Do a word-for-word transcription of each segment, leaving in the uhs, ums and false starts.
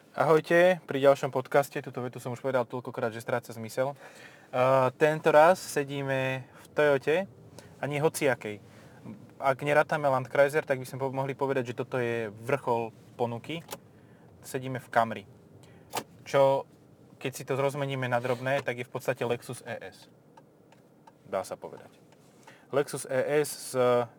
Ahojte, pri ďalšom podcaste, túto vetu som už povedal toľkokrát, že stráca zmysel. Uh, tento raz sedíme v Toyote a nie hociakej. Ak nerátame Land Cruiser, tak by sme po- mohli povedať, že toto je vrchol ponuky. Sedíme v Camry. Čo, keď si to rozmeníme na drobné, tak je v podstate Lexus é es. Dá sa povedať. Lexus é es s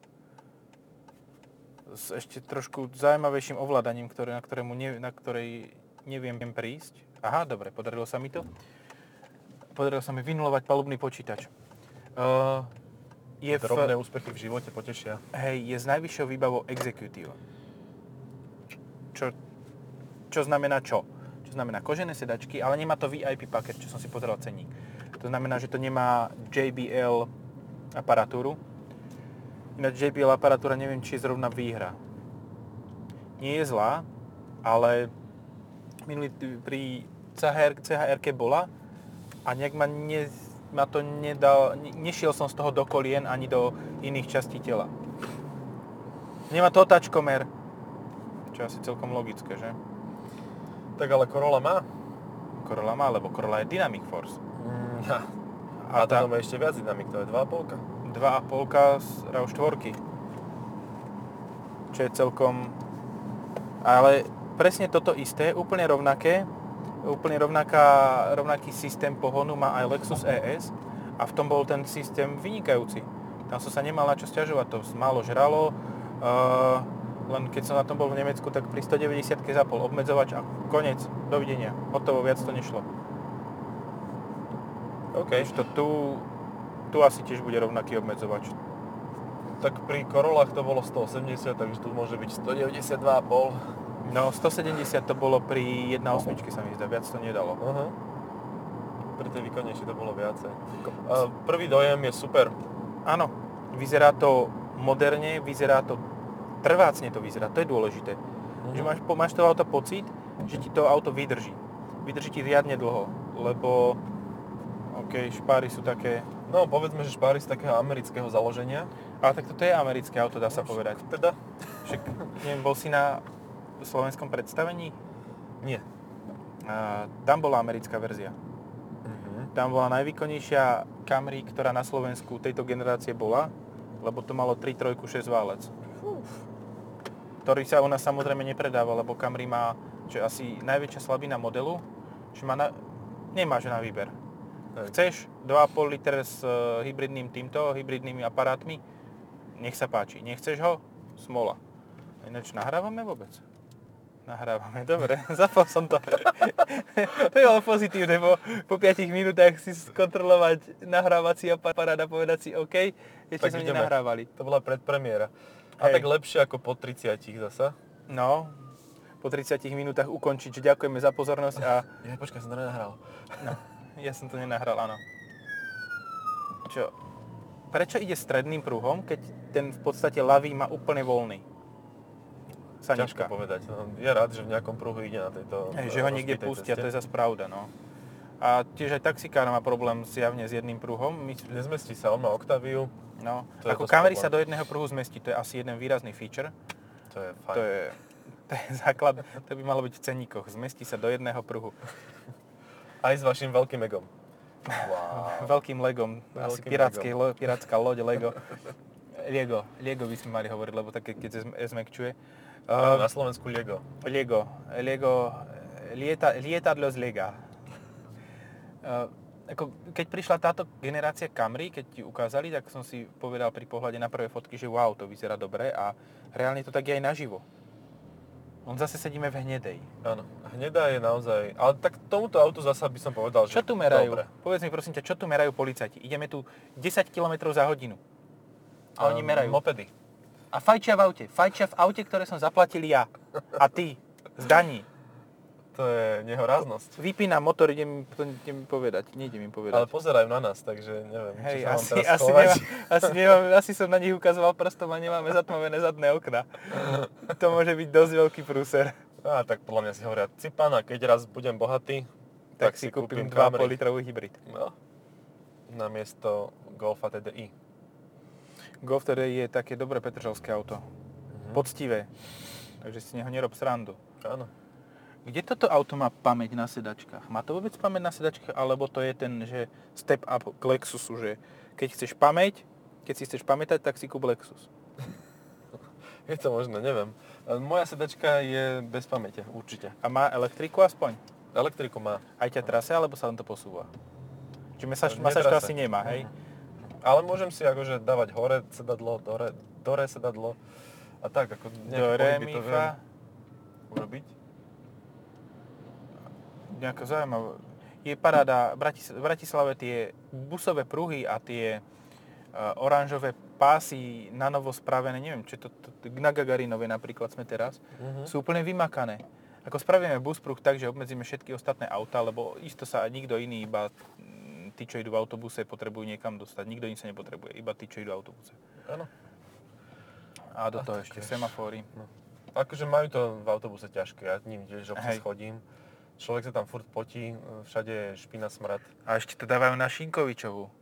s ešte trošku zaujímavejším ovládaním, ktoré, na, ktorému ne, na ktorej neviem prísť. Aha, dobre, podarilo sa mi to. Podarilo sa mi vynulovať palubný počítač. Uh, je Drobné v, úspechy v živote potešia. hej, je s najvyššou výbavou Executive. Čo, čo znamená čo? Čo znamená kožené sedačky, ale nemá to vé í pé paket, čo som si pozeral cenník. To znamená, že to nemá jé bé el aparatúru. Ináč jé bé el aparatúra neviem, či je zrovna výhra. Nie je zlá, ale minulý pri cé há erke bola a nejak ma, ne, ma to nedal, ne, nešiel som z toho do kolien ani do iných častí tela. Nemá to tačkomer, čo je asi celkom logické, že? Tak ale Corolla má. Corolla má, lebo Corolla je Dynamic Force. Mm, ja. A A tá tam má ešte viac dynamik, to je dva a pol. dva a pol z RAV štyri. Čo je celkom... Ale presne toto isté, úplne rovnaké, úplne rovnaká, rovnaký systém pohonu má aj Lexus é es a v tom bol ten systém vynikajúci. Tam som sa nemal na čo sťažovať, to málo žralo, uh, len keď som na tom bol v Nemecku, tak pri stodeväťdesiatke zapol obmedzovač a koniec, dovidenia, hotovo, viac to nešlo. OK. To tu, tu asi tiež bude rovnaký obmedzovač. Tak pri Corollách to bolo stoosemdesiat, takže tu môže byť stodeväťdesiatdva a pol. No, stosedemdesiat to bolo pri jedna osem sa mi zdá, viac to nedalo. Aha. Pri tej výkonnejšej to bolo viacej. A prvý dojem je super. Áno, vyzerá to moderne, vyzerá to, trvácne to vyzerá, to je dôležité. Mhm. Že máš, máš to auto pocit, že ti to auto vydrží. Vydrží ti riadne dlho, lebo OK, špáry sú také... No, povedzme, že špáry z takého amerického založenia. Ale tak toto je americké auto, dá sa povedať. Teda? Však, neviem, bol si na slovenskom predstavení? Nie. A, tam bola americká verzia. Mhm. Tam bola najvýkonnejšia Camry, ktorá na Slovensku tejto generácie bola, lebo to malo tri trojku šesť válec. Uf. Ktorý sa u nás samozrejme nepredáva, lebo Camry má, čo je asi najväčšia slabina modelu, že má na, nemáš na výber. Hej. Chceš dva a pol liter s uh, hybridným týmto, hybridnými aparátmi, nech sa páči. Nechceš ho? Smola. Ináč nahrávame vôbec? Nahrávame, dobre, zapol som to. To je ale pozitívne, po, po piatich minútach si skontrolovať nahrávací aparát a povedať si OK, ešte Tak sme ideme. nenahrávali. To bola predpremiéra. A Hej. tak lepšie ako po tridsiatich zasa. No, po tridsiatich minútach ukončiť, že ďakujeme za pozornosť a... Ja, počkaj, som to nenahral. No, ja som to nenahral, áno. Čo? Prečo ide stredným pruhom, keď ten v podstate ľavý má úplne voľný? Ťažko Sanička. povedať. No, je rád, že v nejakom pruhu ide na tejto Hej, že ho niekde rozbitej pustia, ceste. to je zase pravda, no. A tiež aj taxikár má problém zjavne s jedným pruhom. My, Nezmestí sa, on má Octaviu. no, To je ako dosť Camry problém. sa do jedného pruhu zmestí, to je asi jeden výrazný feature. To je fajn. To je, to je základ, to by malo byť v cenníkoch. Zmestí sa do jedného pruhu. Aj s vašim veľkým egom. Wow. Veľkým legom, asi Veľkým pirátskej, lo, pirátska loď Lego. Lego, Lego by sme mali hovoriť, lebo také, keď sa zm- zmekčuje. Áno, Uh, na Slovensku Lego. Lego, Lego, lieta, lietadlo z Lega. Uh, ako, keď prišla táto generácia Camry, keď ti ukázali, tak som si povedal pri pohľade na prvé fotky, že wow, to vyzerá dobre a reálne to tak je aj naživo. On zase sedíme v hnedej. Áno, hnedá je naozaj... Ale tak tomuto autu zasa by som povedal, že... Čo tu merajú? Dobre. Povedz mi prosím ťa, čo tu merajú policajti? Ideme tu desať kilometrov za hodinu. A oni Ehm, merajú. Mopedy. A fajčia v aute. Fajčia v aute, ktoré som zaplatil ja. A ty. Z daní. To je nehoráznosť. Vypínam motor, idem, to idem povedať. Nejdem im povedať. Ale pozerajú na nás, takže neviem, Hej, či sa mám asi, teraz asi, schovať. nemá, asi, nemám, asi som na nich ukazoval prstom a nemáme zatmavené zadné okna. To môže byť dosť veľký prúser. Á, tak podľa mňa si hovoria, Cipana, keď raz budem bohatý, Tak, tak si kúpim dva a pol Camry. litrový hybrid. No, namiesto Golfa té dé í. Golf teda je také dobré petržalské auto. Mhm. Poctivé. Takže si z neho nerob srandu. Áno. Kde toto auto má pamäť na sedačkách? Má to vôbec pamäť na sedačkách, alebo to je ten, že step up k Lexusu, že keď chceš pamäť, keď si chceš pamätať, tak si kúp Lexus. Je to možné, neviem. Moja sedačka je bez pamäte, určite. A má elektriku aspoň? Elektriku má. Aj ťa trase, alebo sa len to posúva? Čiže masáž, Netrase. masáž to asi nemá, hej? Ale môžem si akože dávať hore sedadlo, dore, dore sedadlo a tak, ako Do nejaké re, pohyby mi, to fa. viem urobiť. Nejako zaujímavé. Je paráda, v Bratis- v Bratislave tie busové pruhy a tie uh, oranžové pásy na novo spravené, neviem, či to, to, to na Gagarinovej napríklad sme teraz, Mhm. sú úplne vymakané. Ako spravíme buspruh tak, že obmedzíme všetky ostatné autá, lebo isto sa nikto iný, iba mm, tí, čo idú v autobuse, potrebujú niekam dostať. Nikto iný sa nepotrebuje, iba tí, čo idú v autobuse. Áno. A do A toho tak ešte vieš. semafóry. No. Akože majú to v autobuse ťažké, ja ním tiež občas Hej. chodím. Človek sa tam furt potí, všade je špina, smrad. A ešte to dávajú na Šinkovičovú.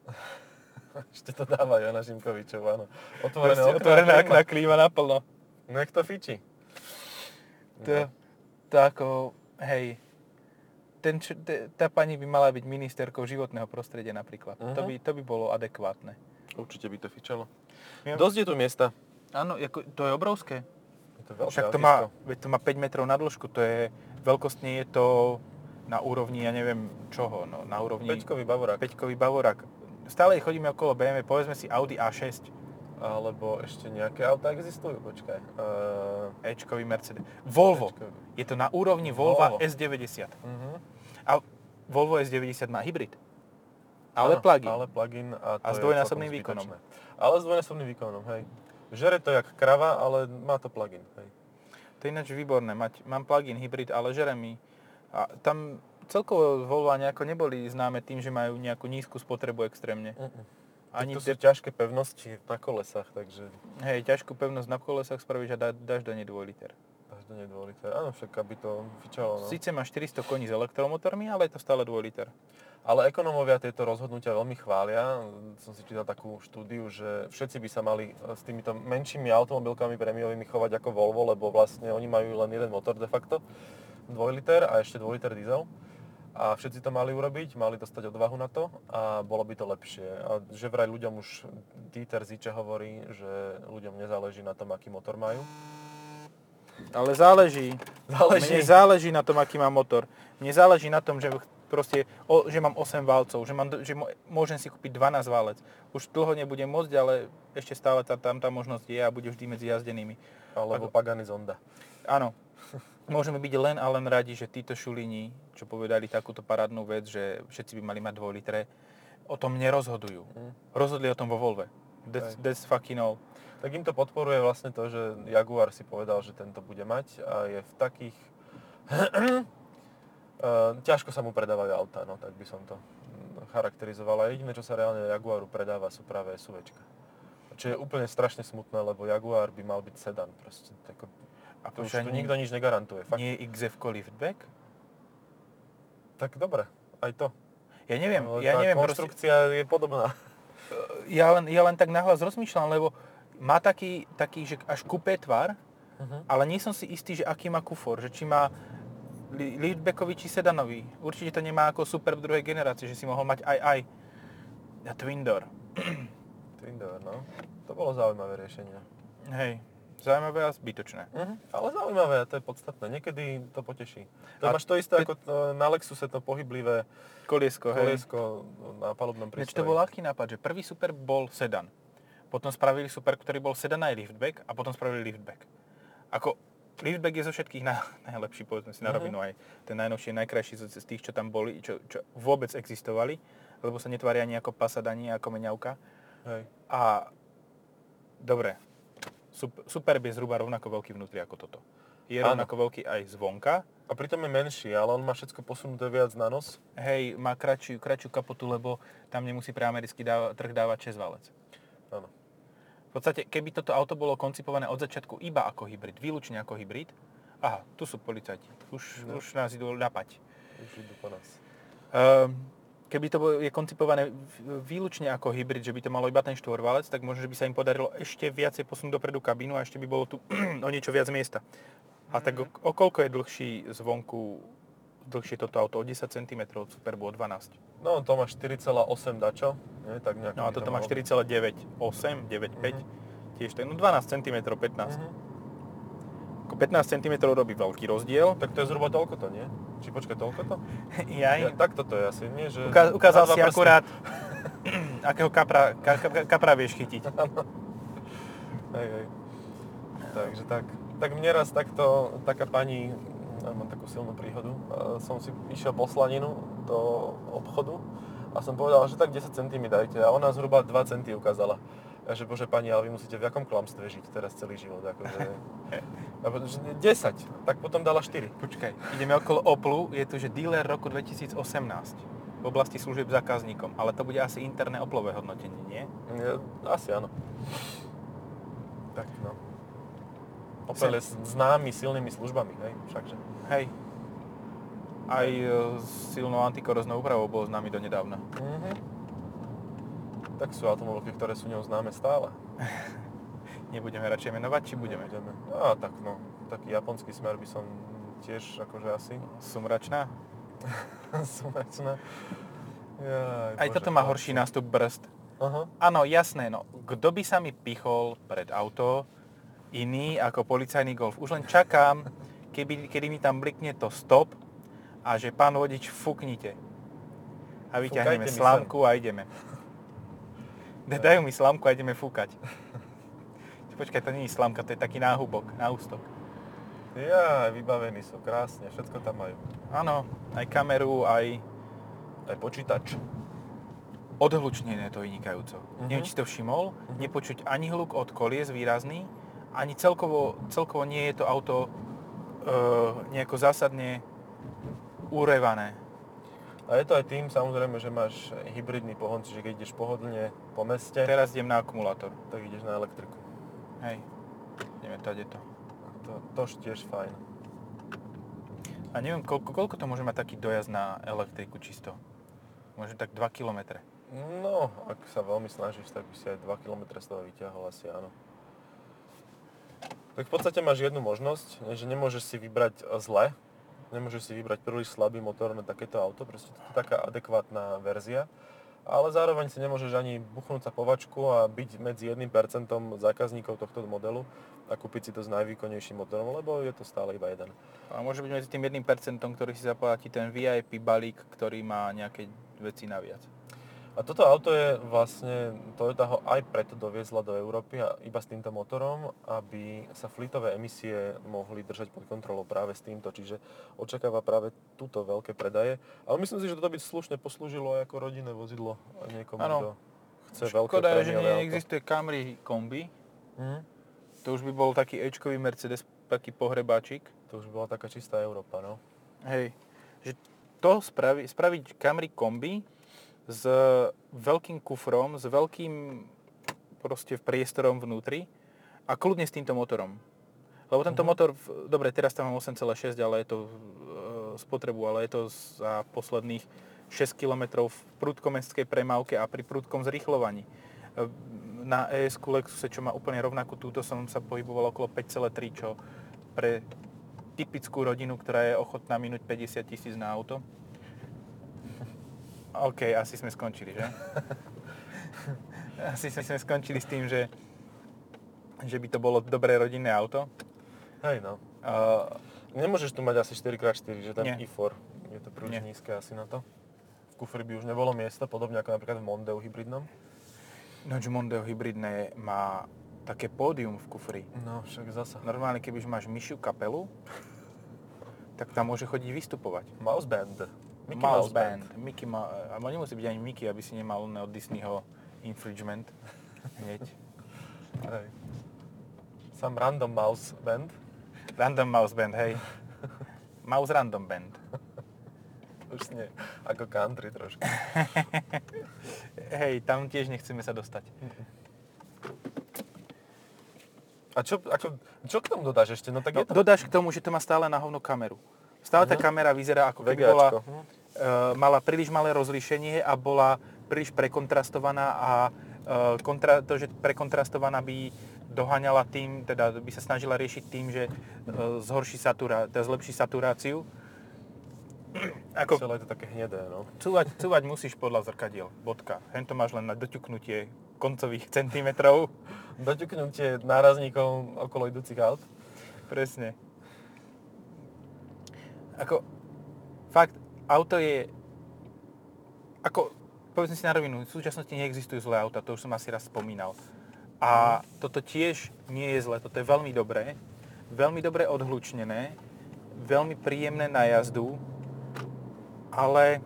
Ešte to dávajú na Šimkovičov, áno. Otvorené Proste okná, otvorená klíma. okná, klíma naplno. Nech to fičí. To, to ako, hej, ten, č- t- tá pani by mala byť ministerkou životného prostredia napríklad. Mhm. To, by, to by bolo adekvátne. Určite by to fičalo. Ja- Dosť je tu miesta. Áno, ako, to je obrovské. Je to veľké Však to autisko. má, veď to má päť metrov na dĺžku, to je, veľkostne je to na úrovni, ja neviem čoho, no, na úrovni... Peťkový bavorák. Peťkový bavorák. Stále chodíme okolo bé em vé, povedzme si Audi á šesť, Alebo ešte nejaké auta existujú, počkaj. Uh, Ečkový Mercedes. Volvo. Ečkový. Je to na úrovni Volvo Volvo. es deväťdesiat. uh-huh. A Volvo es deväťdesiat má hybrid. Ale Áno, plug-in. Ale plug-in a to A s je dvojnásobným celkom výkonom. zbytočné. Ale s dvojnásobným výkonom, hej. Žere to jak krava, ale má to plug-in, hej. To je ináč výborné. Mať, mám plug-in hybrid, ale žere mi. A tam celkovo Volvo nejako neboli známe tým, že majú nejakú nízku spotrebu extrémne. Uh-uh. Ani to te- sú ťažké pevnosti na kolesách, takže Hej, ťažkú pevnosť na kolesách spravíš a dá, dáš do nej dva liter. až do nej dva liter. Áno, však aby to fičalo, no. Síce má štyristo koní s elektromotormi, ale je to stále dva liter. Ale ekonómovia tieto rozhodnutia veľmi chvália. Som si čítal takú štúdiu, že všetci by sa mali s týmito menšími automobilkami prémiovými chovať ako Volvo, lebo vlastne oni majú len jeden motor de facto, dva liter a ešte dva liter diesel. A všetci to mali urobiť, mali dostať odvahu na to a bolo by to lepšie. A že vraj ľuďom už Dieter Zitsche hovorí, že ľuďom nezáleží na tom, aký motor majú. Ale záleží. Záleží. Mne záleží na tom, aký mám motor. Mne záleží na tom, že proste, o, že mám osem válcov, že, mám, že môžem si kúpiť dvanásť válec. Už dlho nebudem môcť, ale ešte stále tá, tam tá možnosť je a bude vždy medzi jazdenými. Alebo Ako- Pagani Zonda. Áno. Môžeme byť len a len radi, že títo šulini, čo povedali takúto parádnu vec, že všetci by mali mať dva litre, o tom nerozhodujú. Mm. Rozhodli o tom vo Volve. That's, that's fucking all. Tak im to podporuje vlastne to, že Jaguar si povedal, že tento bude mať a je v takých... Uh, ťažko sa mu predávajú autá, no tak by som to mm, charakterizoval. A jediné, čo sa reálne Jaguaru predáva, sú práve SUVčka. Čo je úplne strašne smutné, lebo Jaguar by mal byť sedan. Proste, tako, to už tu ani nikto nič negarantuje. Fakt. Nie je iks ef-ko liftback? Tak dobre, aj to. Ja neviem, Ale ja tá neviem, proste, konštrukcia je podobná. ja len, ja len tak nahlas rozmýšľam, lebo má taký, taký že až kupé tvar, Uh-huh. ale nie som si istý, že aký má kufor, že či má li- liftbackový či sedanový. Určite to nemá ako super v druhej generácii, že si mohol mať aj aj. A Twin Door. Twin Door, no. To bolo zaujímavé riešenie. Hej, zaujímavé a zbytočné. Uh-huh. Ale zaujímavé, a to je podstatné. Niekedy to poteší. To A máš to isté ty- ako to, na Lexuse, to pohyblivé Koliesko, hej. koliesko na palubnom Ináč prístroji. to bol aký nápad, že prvý super bol sedan. Potom spravili super, ktorý bol sedan aj liftback a potom spravili liftback. Ako liftback je zo všetkých na, najlepší, povedzme si na Mhm. rovinu, aj ten najnovší, najkrajší z, z tých, čo tam boli, čo, čo vôbec existovali, lebo sa netvária ani ako Passat, ani ako meňavka. Hej. A dobre, Sup- Superb je zhruba rovnako veľký vnútri ako toto. Je Áno. rovnako veľký aj zvonka. A pritom je menší, ale on má všetko posunuté viac na nos. Hej, má kratšiu, kratšiu kapotu, lebo tam nemusí pre americký dáva, trh dávať šesť válec. Áno. V podstate, keby toto auto bolo koncipované od začiatku iba ako hybrid, výlučne ako hybrid, aha, tu sú policajti, už, No. už nás idú napať. Už idú po nás. Um, keby to bolo, je koncipované v- výlučne ako hybrid, že by to malo iba ten štvorvalec, tak možno, že by sa im podarilo ešte viacej posunúť dopredu kabínu a ešte by bolo tu o niečo viac miesta. A tak o, o koľko je dlhší zvonku, dlhšie toto auto? O desať centimetrov, Superbu o dvanásť. No, to má štyri celé osem dačo. Nie, tak nejak No a by to toto má malo štyri celé deväť osem, deväť päť. Mhm. Tiež tak, no dvanásť centimetrov, pätnásť. Mhm. Ako pätnásť centimetrov robí veľký rozdiel. Tak to je zhruba toľko to, nie? Či počkaj, toľko to? Jaj. Ja, tak toto je asi, nie? Že Uka- ukázal na dva si prsty. akurát, akého kapra, ka, ka, kapra vieš chytiť. Hej, hej. Takže tak. Tak mne raz takto, taká pani, ja mám takú silnú príhodu, a som si išiel po slaninu do obchodu a som povedal, že tak desať centí mi dajte a ona zhruba dva centy ukázala. A že bože pani, ale vy musíte v jakom klamstve žiť teraz celý život, akože... A potom, že desať, tak potom dala štyri. Počkaj, ideme okolo Oplu, je tu, že dealer roku dvetisícosemnásť v oblasti služieb zákazníkom, ale to bude asi interné Oplové hodnotenie, nie? Ja, asi áno. Tak no. Opel je známy silnými službami, hej, všakže. Hej. Aj e, s silnou antikoroznou úpravou bol známy donedávna. Mhm. Tak sú automobilky, ktoré sú ňou známe stále. Nebudeme radšej menovať, či budeme? Budeme. Á, tak no, taký japonský smer by som tiež akože asi. Sumračná? Sumračná. Jaj, Aj bože, toto má chlapci. horší nástup brzd. Aha. Áno, jasné, no. Kto by sa mi pichol pred auto iný ako policajný Golf? Už len čakám, keby, kedy mi tam blikne to stop a že pán vodič, fúknite. A vyťahneme Fúkajte mi slámku a ideme. Dajú mi slámku a ideme fúkať. Počkaj, to nie je slámka, to je taký náhubok, náústok. Jaj, vybavení sú, krásne, všetko tam majú. Áno, aj kameru, aj Aj počítač. odhlučnené to vynikajúco. Mhm. Neviem, či to všimol, nepočuť ani hluk od kolies výrazný, ani celkovo, celkovo nie je to auto e, nejako zásadne urevané. A je to aj tým, samozrejme, že máš hybridný pohon, čiže keď ideš pohodlne po meste, Teraz idem na akumulátor. tak ideš na elektriku. Hej, ideme tady to. To, tož tiež fajn. A neviem, koľko, koľko to môže mať taký dojazd na elektriku čisto? Možno tak dva kilometre. No, ak sa veľmi snažíš, tak by si aj dva kilometre z toho vyťahol, asi áno. Tak v podstate máš jednu možnosť, že nemôžeš si vybrať zle, nemôžeš si vybrať príliš slabý motor na takéto auto, proste to je taká adekvátna verzia, ale zároveň si nemôžeš ani buchnúť sa po vačku a byť medzi jedným percentom zákazníkov tohto modelu a kúpiť si to s najvýkonnejším motorom, lebo je to stále iba jeden. A môže byť medzi tým jedným percentom, ktorý si zaplatí ten vé í pé balík, ktorý má nejaké veci naviac. A toto auto je vlastne, Toyota ho aj preto doviezla do Európy a iba s týmto motorom, aby sa fleetové emisie mohli držať pod kontrolou práve s týmto, čiže očakáva práve túto veľké predaje. Ale myslím si, že toto by slušne poslúžilo aj ako rodinné vozidlo a niekomu, Áno. kto chce veľké Škoda je, že prémiové auto. neexistuje Camry kombi. Mhm. To už by bol taký éčkový Mercedes, taký pohrebáčik. To už bola taká čistá Európa, no. Hej, že to spravi, spraviť Camry kombi s veľkým kufrom, s veľkým proste priestorom vnútri a kľudne s týmto motorom. Lebo tento Mhm. motor, v- dobre, teraz tam mám osem celé šesť, ale je to e, spotrebu, ale je to za posledných šesť kilometrov v prudkomestskej premávke a pri prudkom zrýchľovaní. E, Na é es-ku Lexuse, čo má úplne rovnakú túto, som sa pohyboval okolo päť celé tri, čo pre typickú rodinu, ktorá je ochotná minúť päťdesiat tisíc na auto. OK, asi sme skončili, že? Asi sme skončili s tým, že, že by to bolo dobré rodinné auto. Hej, no. Uh, Nemôžeš tu mať asi štyri krát štyri, že ten Nie. í štyri je to príliš Nie. nízke asi na to. V kufri by už nebolo miesta, podobne ako napríklad v Mondeu hybridnom. Noč Mondeo hybridné má také pódium v kufri. No, však zasa. Normálne, keď už máš myšiu kapelu, tak tam môže chodiť vystupovať. Mouse Band. Mickey Mouse Band. Mickey Ma- ale nemusí byť ani Mickey, aby si nemal od Disneyho infringement. Hneď. Hej. Sam Random Mouse Band. Random Mouse Band, hej. Mouse Random Band. Už nie, ako country trošku. Hej, tam tiež nechceme sa dostať. A čo, ako, čo k tomu dodáš ešte? No tak No, je to dodáš k tomu, že to má stále na hovno kameru. Stále tá Mhm. kamera vyzerá ako keby bola, VGAčko. e, mala príliš malé rozlíšenie a bola príliš prekontrastovaná a e, kontra, to, že prekontrastovaná by doháňala tým, teda by sa snažila riešiť tým, že uh, zhorší saturá, teda zlepší saturáciu. Ako... Celé je to také hnedé, no. Cúvať, cúvať musíš podľa zrkadiel, bodka. Hento máš len na doťuknutie koncových centimetrov. Doťuknutie nárazníkov okolo idúcich aut. Presne. Ako, fakt, auto je, ako, povedzme si na rovinu, v súčasnosti neexistujú zlé auta, to už som asi raz spomínal. A toto tiež nie je zlé, toto je veľmi dobré, veľmi dobre odhlučnené, veľmi príjemné na jazdu, ale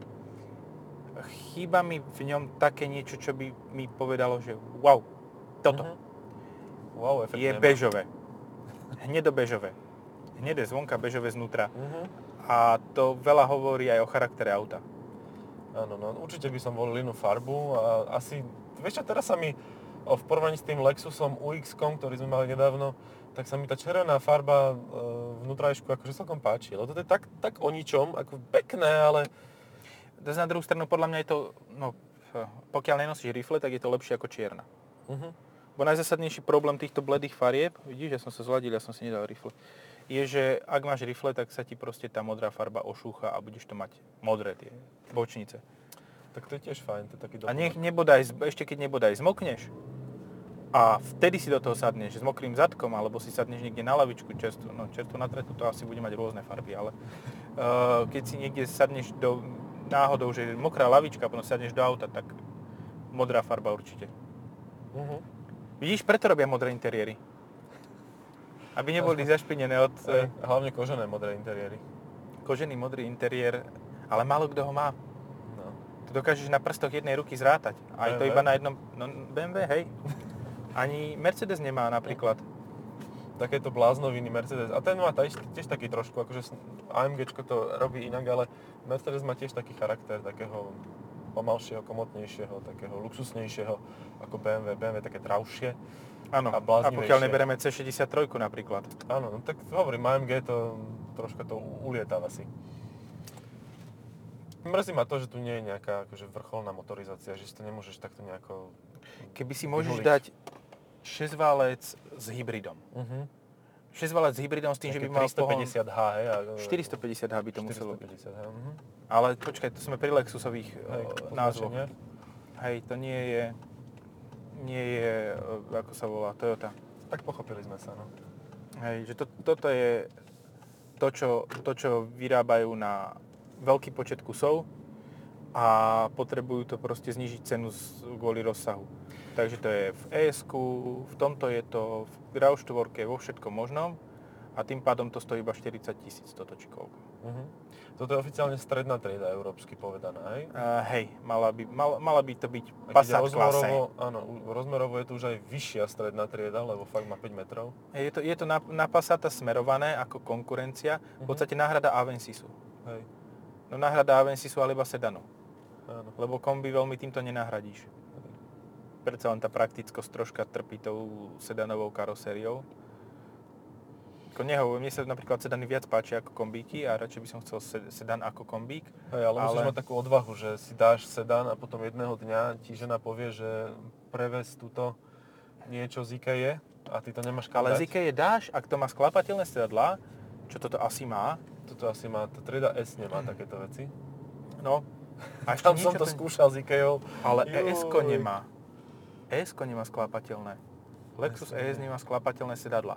chýba mi v ňom také niečo, čo by mi povedalo, že wow, toto uh-huh. wow, je nemá. bežové, hnedobežové. Hnedé zvonka, bežové znútra. Uh-huh. A to veľa hovorí aj o charaktere auta. Áno, no určite by som volil inú farbu a asi, vieš čo, teraz sa mi o, v porovnaní s tým Lexusom ú iks-kom, ktorý sme mali nedávno, tak sa mi tá červená farba e, vnútrajšku akože celkom páči. Lebo to je tak, tak o ničom, ako pekné, ale... Na druhú stranu, podľa mňa je to, no, pokiaľ nenosíš rifle, tak je to lepšie ako čierna. Uh-huh. Bo najzásadnejší problém týchto bledých farieb, vidíš, ja som sa zladil, ja som si nedal rifle, je, že ak máš rifle, tak sa ti proste tá modrá farba ošúcha a budeš to mať modré tie bočnice. Tak to je tiež fajn, to je taký A doplnok. nech nebodaj, ešte keď nebodaj zmokneš a vtedy si do toho sadneš s mokrým zadkom, alebo si sadneš niekde na lavičku čerstvo, no čerstvo na tretu, to asi bude mať rôzne farby, ale uh, keď si niekde sadneš do náhodou, že je mokrá lavička a potom sadneš do auta, tak modrá farba určite. Uh-huh. Vidíš, preto robia modré interiéry. Aby neboli zašpinené od... Hej, hlavne kožené modré interiéry. Kožený modrý interiér, ale málo kto ho má. No. To dokážeš na prstoch jednej ruky zrátať. Aj to iba na jednom... No, bé em vé, hej. Ani Mercedes nemá napríklad. Takéto bláznoviny Mercedes. A ten má tiež, tiež taký trošku, akože AMGčko to robí inak, ale Mercedes má tiež taký charakter takého pomalšieho, komotnejšieho, takého luxusnejšieho ako bé em vé. bé em vé také traušie. Áno, a, a pokiaľ nebereme cé šesťdesiattri napríklad. Áno, no tak hovorím, á em gé to troška to ulietava si. Mrzí ma to, že tu nie je nejaká akože vrcholná motorizácia, že si to nemôžeš takto nejako... Keby si môžeš vyhuliť. dať šesťvalec s hybridom. Uh-huh. šesťvalec s hybridom s tým, že by mal pohon... tristopäťdesiat há, hej? A... štyristopäťdesiat há by to muselo byť. štyristopäťdesiat há, uh-huh. Ale počkaj, to sme pri Lexusových Hej, názvoch. označenie. Hej, to nie je... Nie je, ako sa volá, Toyota. Tak pochopili sme sa, no. Hej, že to, toto je to čo, to, čo vyrábajú na veľký počet kusov a potrebujú to proste znížiť cenu z, kvôli rozsahu. Takže to je v é esku, v tomto je to, v RAV štyri, vo všetkom možnom a tým pádom to stojí iba štyridsať tisíc toto či koľko. Uh-huh. Toto je oficiálne stredná trieda európsky povedaná, hej? Uh, hej, mala by, mal, mala by to byť A Passat klase. Áno, rozmerovo je to už aj vyššia stredná trieda, lebo fakt má päť metrov. Je to, je to na, na Passata smerované ako konkurencia, v podstate náhrada Avensisu. Hej. No náhrada Avensisu, ale iba sedanu. Áno. Lebo kombi veľmi týmto nenahradíš. Predsa len tá praktickosť troška trpí tou sedanovou karosériou. Ako nehovorím, mne sa napríklad sedany viac páčia ako kombíky a radšej by som chcel sedan ako kombík. Hej, ale, ale musíš mať takú odvahu, že si dáš sedan a potom jedného dňa ti žena povie, že prevez túto niečo z IKEA a ty to nemáš kam Ale dať. z IKEA dáš, ak to má sklapateľné sedadlá, čo toto asi má. Toto asi má, tá trieda S nemá takéto veci. No. A ešte Tam niečo som to ten... skúšal s IKEA. Ale é esko nemá. é esko nemá sklapateľné. Lexus é es nemá sklapateľné sedadlá.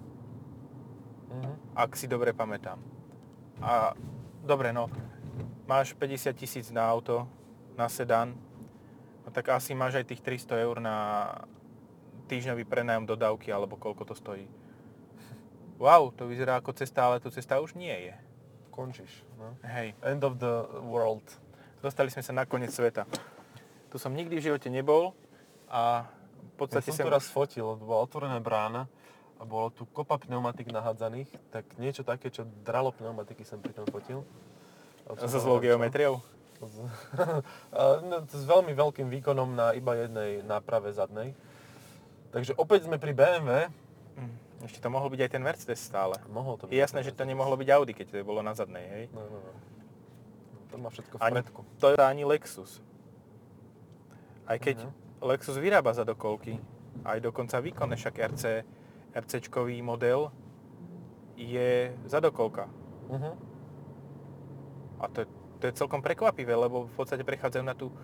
Uh-huh. Ak si dobre pamätám. A dobre, no, máš päťdesiat tisíc na auto, na sedan, no tak asi máš aj tých tristo eur na týždňový prenájom dodávky, alebo koľko to stojí. Wow, to vyzerá ako cesta, ale to cesta už nie je. Končíš, no. Hej, End of the world. dostali sme sa na koniec sveta. Tu som nikdy v živote nebol a v podstate Ja som sem tu raz fotil, bola otvorená brána a bolo tu kopa pneumatik nahádzaných, tak niečo také, čo dralo pneumatiky, som pri tom fotil. So zlou geometriou? S, no, s veľmi veľkým výkonom na iba jednej náprave zadnej. Takže opäť sme pri bé em vé. Ešte to mohol byť aj ten Mercedes stále. Mohol to byť. Je jasné, že to nemohlo byť Audi, keď to bolo na zadnej, hej? No, no, no. To má všetko v Ani predku. Toyota, ani Lexus. Aj keď Mhm. Lexus vyrába zadokolky, Aj dokonca výkonné, však er cé, RCčkový model je zadokolka. Uh-huh. A to, je- to je celkom prekvapivé, lebo v podstate prechádzajú na tú...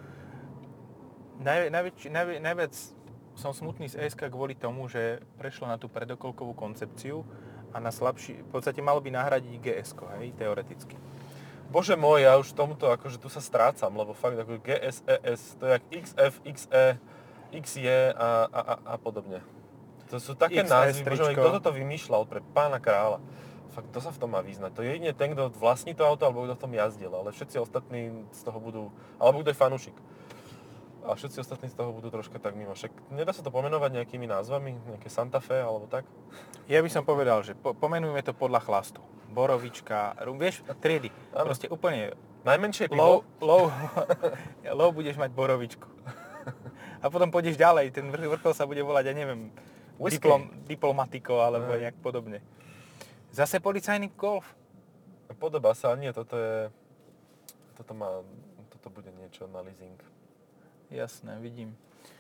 Naj, najväč, najvi, najviac som smutný z es ká kvôli tomu, že prešlo na tú predokolkovú koncepciu a na slabší... V podstate malo by nahradiť gé esko, hej, teoreticky. Bože môj, ja už tomuto akože tu sa strácam, lebo fakt ako gé es é es, to je jak iks ef, iks é, iks jé a, a, a, a podobne. To sú také iks es názvy, bože môj, tričko. kto toto vymýšľal pre pána kráľa. Fakt, kto sa v tom má vyznať? To je jedine ten, kto vlastní to auto, alebo kto v tom jazdil, ale všetci ostatní z toho budú, alebo kto je fanúšik. A všetci ostatní z toho budú troška tak mimo. Však nedá sa to pomenovať nejakými názvami, nejaké Santa Fe alebo tak? Ja by som povedal, že po, pomenujme to podľa chlastu. Borovička, rum- vieš, triedy. Áno. Proste úplne Najmenšie low, pivo? low, low budeš mať borovičku. A potom pôjdeš ďalej, ten vrch- vrchol sa bude volať, ja neviem, Whisky. diplom, diplomatiko alebo Aj. nejak podobne. Zase policajný golf. Podobá sa, nie, toto je... Toto má... Toto bude niečo na leasing. Jasné, vidím.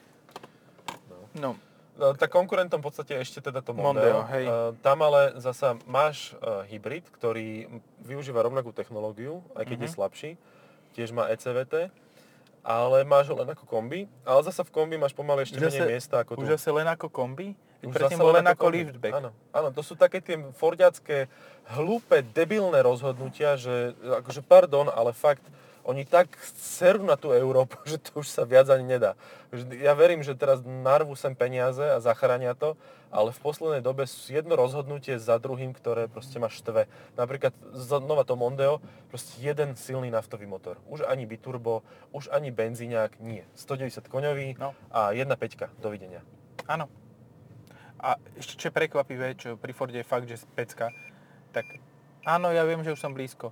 No. No, No, tak konkurentom v podstate ešte teda to Mondeo. Mondeo, hej. Uh, tam ale zasa máš uh, hybrid, ktorý využíva rovnakú technológiu, aj keď Mhm. je slabší. Tiež má é cé vé té, ale máš ho len ako kombi. Ale zasa v kombi máš pomaly ešte Už menej zase- miesta ako tu. už zase len ako kombi? Už Predtým zasa bol len ako kombi. liftback. Áno, áno, to sú také tie fordiacké, hlúpe, debilné rozhodnutia, že akože pardon, ale fakt, oni tak serú na tú Európu, že to už sa viac ani nedá. Ja verím, že teraz narvú sem peniaze a zachránia to, ale v poslednej dobe sú jedno rozhodnutie za druhým, ktoré proste ma štve. Napríklad znova to Mondeo, proste jeden silný naftový motor. Už ani biturbo, už ani benzíňák, nie. stodeväťdesiat koňový No. a jedna päťka. Dovidenia. Áno. A ešte čo je prekvapivé, čo pri Forde je fakt, že pecka, tak áno, ja viem, že už som blízko.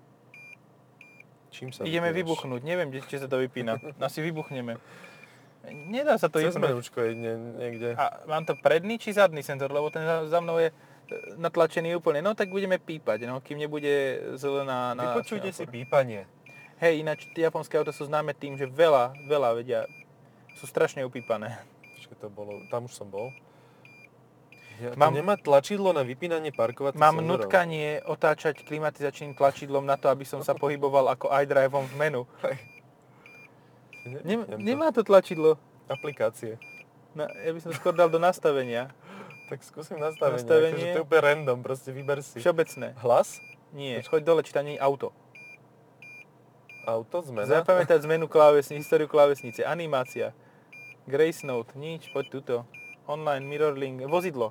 Čím sa Ideme vypínaš? vybuchnúť, neviem, kde- či sa to vypína. Asi vybuchneme. Nedá sa to Cez vypnúť. menučko jedne niekde. A mám to predný či zadný senzor, lebo ten za, za mnou je e, natlačený úplne. No tak budeme pípať, no, kým nebude zelená na... Vypočujte si semafor. pípanie. Hej, ináč tie japonské auta sú známe tým, že veľa, veľa vedia, sú strašne upípané. Počkaj, to bolo, tam už som bol. Ja, Mám- to nemá tlačidlo na vypínanie parkovacích Mám senzorov. nutkanie otáčať klimatizačným tlačidlom na to, aby som sa pohyboval ako iDriveom v menu. Ne, Nem, neviem to. nemá to tlačidlo. Aplikácie. Na, ja by som to skôr dal do nastavenia. Tak skúsim nastavenie. Nastavenie. Akože to je úplne random, proste vyber si. Všeobecné. Hlas? Nie, choď dole, či tam nie je auto. Auto, zmena? Zapamätať zmenu klávesnice, históriu klávesnice, animácia, Grace Note, nič, poď tuto. Online, mirroring, vozidlo.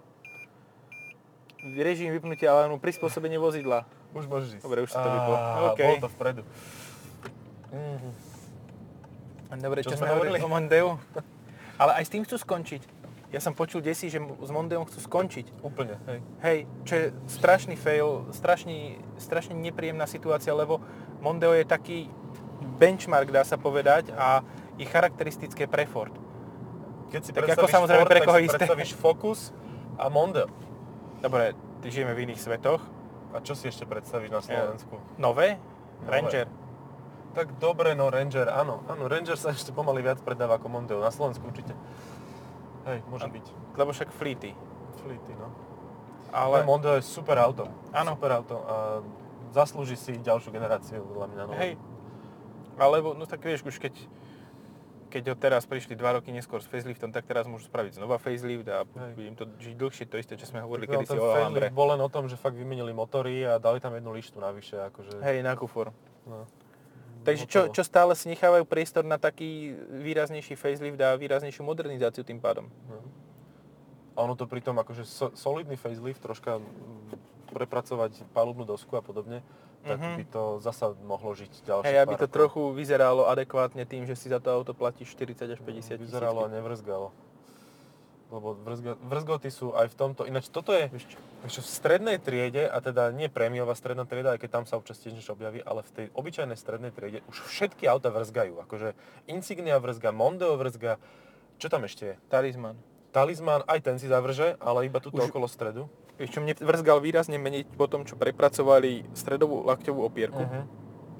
Režim vypnutia alarmu, prispôsobenie vozidla. Už môžeš ísť. Dobre, už sa to vyplo. Á, OK. Bolo to vpredu. Mhm. Dobre, čo, Čo sme sme hovorili hovorili? o Mondeu? Ale aj s tým chcú skončiť. Ja som počul desi, že s Mondeom chcú skončiť. Úplne, hej. Hej, čo je strašný fail, strašný, strašne nepríjemná situácia, lebo Mondeo je taký benchmark, dá sa povedať, a je charakteristické pre Ford. Keď si Tak predstavíš ako samozrejme Ford, pre tak koho si isté. predstavíš Focus a Mondeo. Dobre, žijeme v iných svetoch. A čo si ešte predstavíš na Slovensku? Nové? Nové. Ranger. Tak dobre, no Ranger, áno. Áno, Ranger sa ešte pomaly viac predáva ako Mondeo. Na Slovensku určite. Hej, môže byť. Lebo však Fleety. Fleety, no. Ale, Ale Mondeo je super auto. Áno. Super auto a zaslúži si ďalšiu generáciu podľa mňa novú. hej. Alebo, no tak vieš, už keď, keď ho teraz prišli dva roky neskôr s faceliftom, tak teraz môžu spraviť znova facelift a Hej. budem to žiť dlhšie, to isté, čo sme hovorili Tak, no, kedysi ten o Alhambre. facelift bol len o tom, že fakt vymenili motory a dali tam jednu lištu navyše, akože... Hej, na kufor. No. Takže čo, Hotovo. čo stále si nechávajú priestor na taký výraznejší facelift a výraznejšiu modernizáciu tým pádom. No. A ono to pritom akože so, solidný facelift, troška mm, prepracovať palubnú dosku a podobne, tak Mhm. by to zasa mohlo žiť ďalšie Hej, aby pár to rokov. trochu vyzeralo adekvátne tým, že si za to auto platíš štyridsať až päťdesiat tisíc. Vyzeralo a nevrzgalo. Lebo vrzga, vrzgoty sú aj v tomto. Ináč toto je Vieš čo? vieš čo, v strednej triede, a teda nie prémiová stredná trieda, aj keď tam sa občas tiež niečo objaví, ale v tej obyčajnej strednej triede už všetky auta vrzgajú. Akože Insignia vrzga, Mondeo vrzga, čo tam ešte je? Talisman. Talisman, aj ten si zavrže, ale iba tuto Už- okolo stredu. Vieš čo, mne vrzgal výrazne menej po tom, čo prepracovali stredovú lakťovú opierku. Mhm.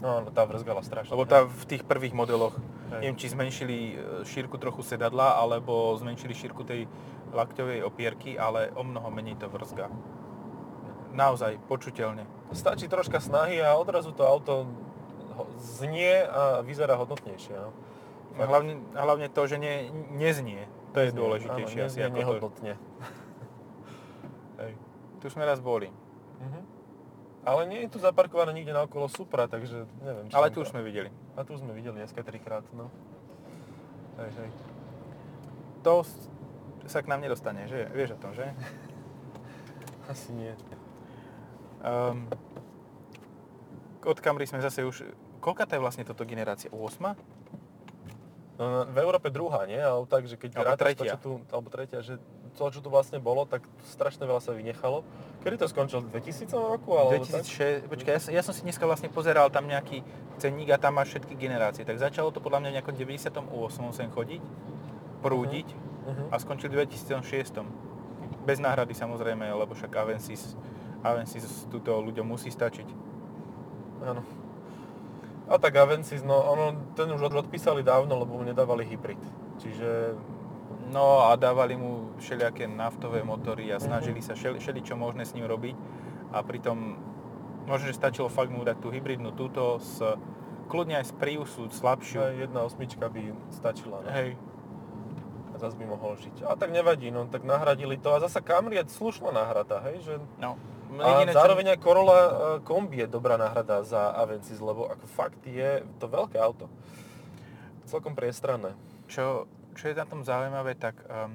No, tá vrzgala strašne. Lebo tá v tých prvých modeloch, Hej. neviem, či zmenšili šírku trochu sedadla, alebo zmenšili šírku tej lakťovej opierky, ale o mnoho menej to vrzga. Naozaj, počuteľne. Stačí troška snahy a odrazu to auto znie a vyzerá hodnotnejšie. No. A hlavne, hlavne to, že ne, neznie. To je dôležitejšie áno, asi neznie ako nehodnotne. Hej. to. Tu sme raz boli. Mhm. Ale nie je tu zaparkované nikde naokolo Supra, takže neviem. Či Ale som tu už to... sme videli. A tu sme videli dneska trikrát, no. Hej, hej. To sa k nám nedostane, že? Vieš o tom, že? Asi nie. Um, od Camry sme zase už... Koľka to je vlastne toto generácia? ôsma? No, v Európe druhá, nie? Ale tak, že keď Alebo rátaš tretia. To, čo tu, alebo tretia, že to, čo tu vlastne bolo, tak strašne veľa sa vynechalo. Kedy to skončilo? V dvetisícom roku? Alebo dvetisícšesť, počkaj, ja, som- ja som si dneska vlastne pozeral tam nejaký cenník a tam máš všetky generácie. Tak začalo to podľa mňa v nejakom deväťdesiatom ôsmom sem chodiť, prúdiť Uh-huh. a skončil v dvetisícšesť. Bez náhrady samozrejme, lebo však Avensis, Avensis túto ľuďom musí stačiť. Áno. A tak Avensis, no ono, ten už odpísali dávno, lebo mu nedávali hybrid. Čiže... No a dávali mu všelijaké naftové motory a snažili sa všeli, všeličo možné s ním robiť a pritom možno, že stačilo fakt mu dať tú hybridnú túto s kľudne aj z Priusu slabšiu. Aj jedna osmička by stačila, no. Hej. A zase by mohol žiť. A tak nevadí, no tak nahradili to. A zasa Camry je slušná náhrada, hej, že... No. A Jediné, zároveň aj Corolla Kombi je dobrá náhrada za Avensis, lebo ako fakt je to veľké auto. Celkom priestranné. Čo, čo je na tom zaujímavé, tak um,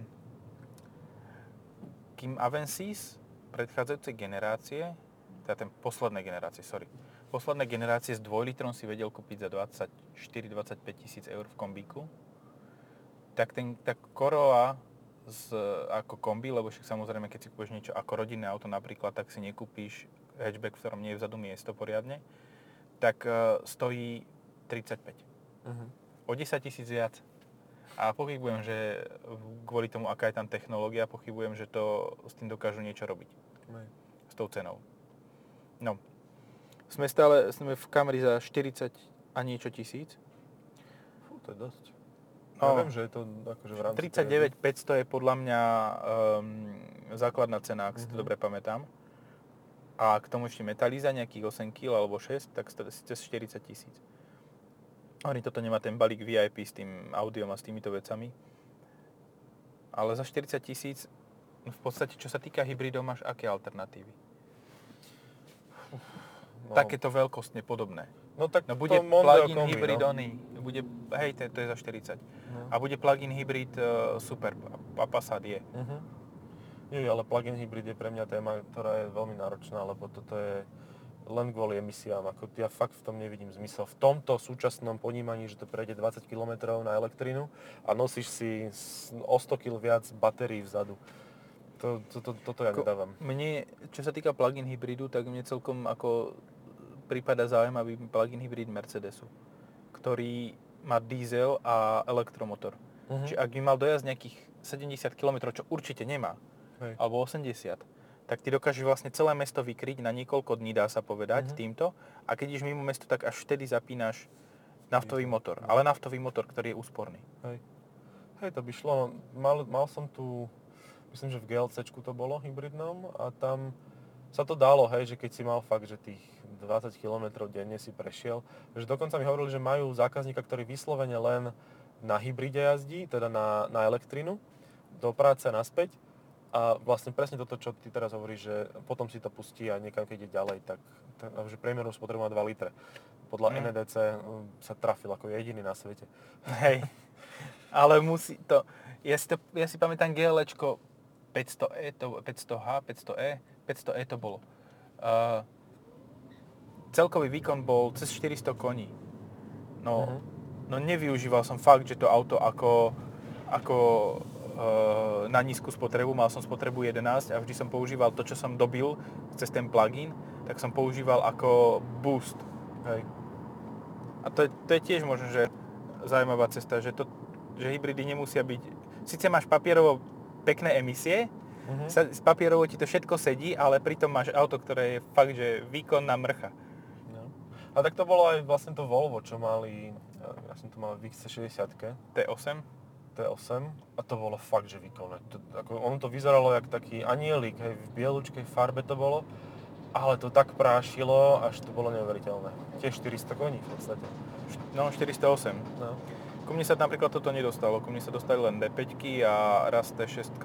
kým Avensis predchádzajúcej generácie, teda ten poslednej generácie, sorry, posledné generácie s dvojlitrom si vedel kúpiť za dvadsaťštyri dvadsaťpäť tisíc eur v kombíku, tak ten, tak Corolla z, ako kombi, lebo však samozrejme, keď si kúpiš niečo ako rodinné auto napríklad, tak si nekúpíš hatchback, v ktorom nie je vzadu miesto poriadne, tak uh, stojí tridsaťpäť. Uh-huh. O desať tisíc viac. A pochybujem, že kvôli tomu, aká je tam technológia, pochybujem, že to s tým dokážu niečo robiť. Nej. S tou cenou. No. Sme stále sme v Camry za štyridsať a niečo tisíc. Fú, to je dosť. No. Ja viem, že je to akože v rámci... tridsaťdeväť päťsto je podľa mňa um, základná cena, ak si to Mhm. dobre pamätám. A k tomu ešte metalíza, nejakých osem kilogramov alebo šesť, tak cez štyridsať tisíc. Oni toto nemá ten balík vé í pé s tým audiom a s týmito vecami. Ale za štyridsať tisíc, v podstate, čo sa týka hybridov, máš aké alternatívy? No. Takéto veľkostne podobné. No tak No bude to Mondeo plug-in kombi, hybrid no. oný, bude, hej, to, to je za štyridsať. No. A bude plug-in hybrid uh, super, a Passat je. Uh-huh. Nie, ale plug-in hybrid je pre mňa téma, ktorá je veľmi náročná, lebo toto je len kvôli emisiám. Ako ja fakt v tom nevidím zmysel. V tomto súčasnom ponímaní, že to prejde dvadsať kilometrov na elektrinu a nosíš si o sto kilogramov viac batérií vzadu. To, to, to, toto ja Ko, nedávam. Mne, čo sa týka plug-in hybridu, tak mne celkom ako prípada zaujímavý plug-in hybrid Mercedesu, ktorý má diesel a elektromotor. Uh-huh. Čiže ak by mal dojazd nejakých sedemdesiat kilometrov, čo určite nemá, Hej. alebo osemdesiat, tak ty dokážeš vlastne celé mesto vykryť na niekoľko dní, dá sa povedať, Mhm. týmto. A keď ideš mimo mesto, tak až vtedy zapínaš naftový motor. Ale naftový motor, ktorý je úsporný. Hej. Hej, to by šlo. Mal, mal som tu, myslím, že v GLCčku to bolo hybridnom a tam sa to dalo, hej, že keď si mal fakt, že tých dvadsať kilometrov denne si prešiel, že dokonca mi hovorili, že majú zákazníka, ktorý vyslovene len na hybride jazdí, teda na, na elektrinu, do práce naspäť. A vlastne presne toto, čo ty teraz hovoríš, že potom si to pustí a niekam, keď ide ďalej, tak ten, že priemernú spotrebu má dva litre. Podľa Mm. en é dé cé sa trafil ako jediný na svete. Hej. Ale musí to... Ja si, to, ja si pamätám GLčko päťsto e, to, päťsto há, päťsto e, päťsto e to bolo. Uh, celkový výkon bol cez štyristo koní. No, Mhm. no nevyužíval som fakt, že to auto ako, ako uh, na nízku spotrebu, mal som spotrebu jedenásť a vždy som používal to, čo som dobil cez ten plugin, tak som používal ako boost. Hej. A to je, to je tiež možno, že zaujímavá cesta, že, to, že hybridy nemusia byť... Sice máš papierovo pekné emisie, Mhm. sa, z papierovo ti to všetko sedí, ale pritom máš auto, ktoré je fakt, že výkonná mrcha. No. A A tak to bolo aj vlastne to Volvo, čo mali, ja som to mal v iks cé šesťdesiat, té osem? té osem, a to bolo fakt, že výkonné. To, ako, ono to vyzeralo jak taký anielik, hej, v bielučkej farbe to bolo, ale to tak prášilo, až to bolo neuveriteľné. Tiež štyristo koní v podstate. No, štyristoosem. No. Ku mne sa napríklad toto nedostalo, ku mne sa dostali len dé päť a raz té šesť.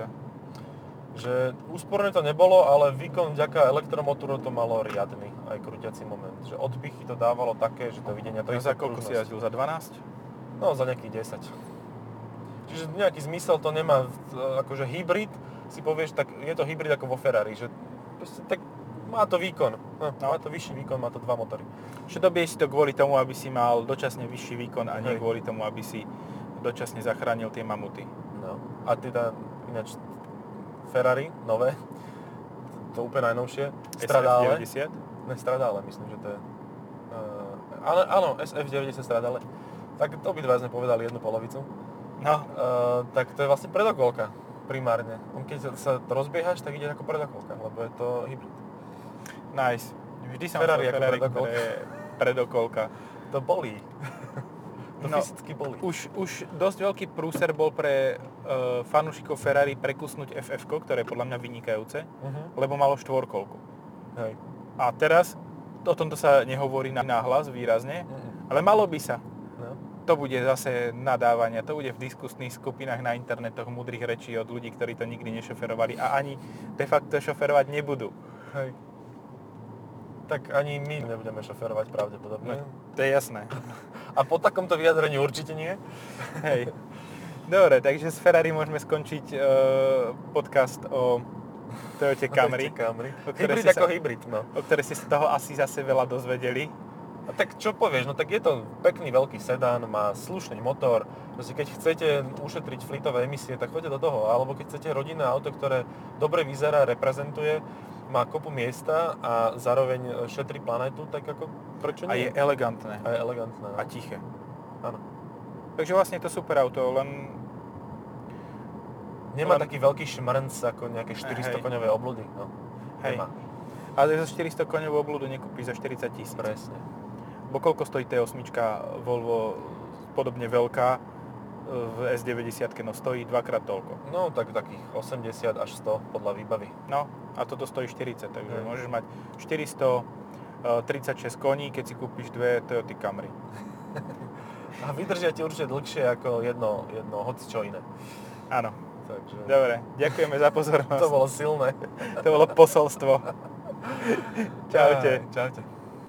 Že úsporné to nebolo, ale výkon vďaka elektromotoru to malo riadny, aj krúťací moment. Že odpichy to dávalo také, že to videnia to Za koľko si jazdil? Za dvanásť? No, za nejakých desať. Čiže nejaký zmysel to nemá, akože hybrid, si povieš, tak je to hybrid ako vo Ferrari, že proste tak má to výkon, no, no. Má to vyšší výkon, má to dva motory. Že dobiješ si to kvôli tomu, aby si mal dočasne vyšší výkon a nie Hej. kvôli tomu, aby si dočasne zachránil tie mamuty. No. A teda ináč Ferrari, nové, to úplne najnovšie, Stradale. es ef deväťdesiat? Ne, Stradale, myslím, že to je. Uh, ale áno, es ef deväťdesiat Stradale. Tak obidva sme povedali jednu polovicu. No. Uh, tak to je vlastne predokolka primárne. On keď sa rozbiehaš, tak ide ako predokolka, lebo je to hybrid. Nice. Vždy som Ferrari chcel ako Ferrari, predokolka. ktoré je predokolka. To bolí. To No, fyzicky bolí. Už, už dosť veľký prúser bol pre uh, fanúšikov Ferrari prekusnúť ef ef, ktoré je podľa mňa vynikajúce, Uh-huh. lebo malo štvorkolku. Hej. A teraz, o tomto sa nehovorí na nahlas výrazne, Uh-huh. ale malo by sa. No. To bude zase nadávania, to bude v diskusných skupinách na internetoch múdrych rečí od ľudí, ktorí to nikdy nešoferovali a ani de facto šoferovať nebudú. Hej. Tak ani my nebudeme šoferovať pravdepodobne. No, to je jasné. A po takomto vyjadrení určite nie. Hej. Dobre, takže z Ferrari môžeme skončiť uh, podcast o Toyote Camry, Camry. O ktoré Hybrid si ako sa- hybrid, no. o ktorej ste sa toho asi zase veľa dozvedeli. A tak čo povieš, no tak je to pekný veľký sedán, má slušný motor. Proste keď chcete ušetriť fleetové emisie, tak choďte do toho. Alebo keď chcete rodinné auto, ktoré dobre vyzerá, reprezentuje, má kopu miesta a zároveň šetrí planetu, tak ako prečo A nie? je elegantné. A je elegantné. A tiché. Áno. Takže vlastne je to super auto, len Nemá Len- taký veľký šmrnc ako nejaké štyristo Hej. koňové obľudy. No. hej. Nemá. Ale za štyristo koňovú obľudu nekúpiš za štyridsať tisíc. Presne. Bo koľko stojí té osem Volvo podobne veľká v es deväťdesiat, no stojí dvakrát toľko. No tak takých osemdesiat až sto podľa výbavy. No a toto stojí štyridsať, takže Hej. môžeš mať štyristotridsaťšesť koní, keď si kúpiš dve Toyota Camry. A vydržia ti určite dlhšie ako jedno, jedno hoci čo iné. Áno. Takže... Dobre, ďakujeme za pozornosť. To bolo silné. To bolo posolstvo. Čaute. Čaute.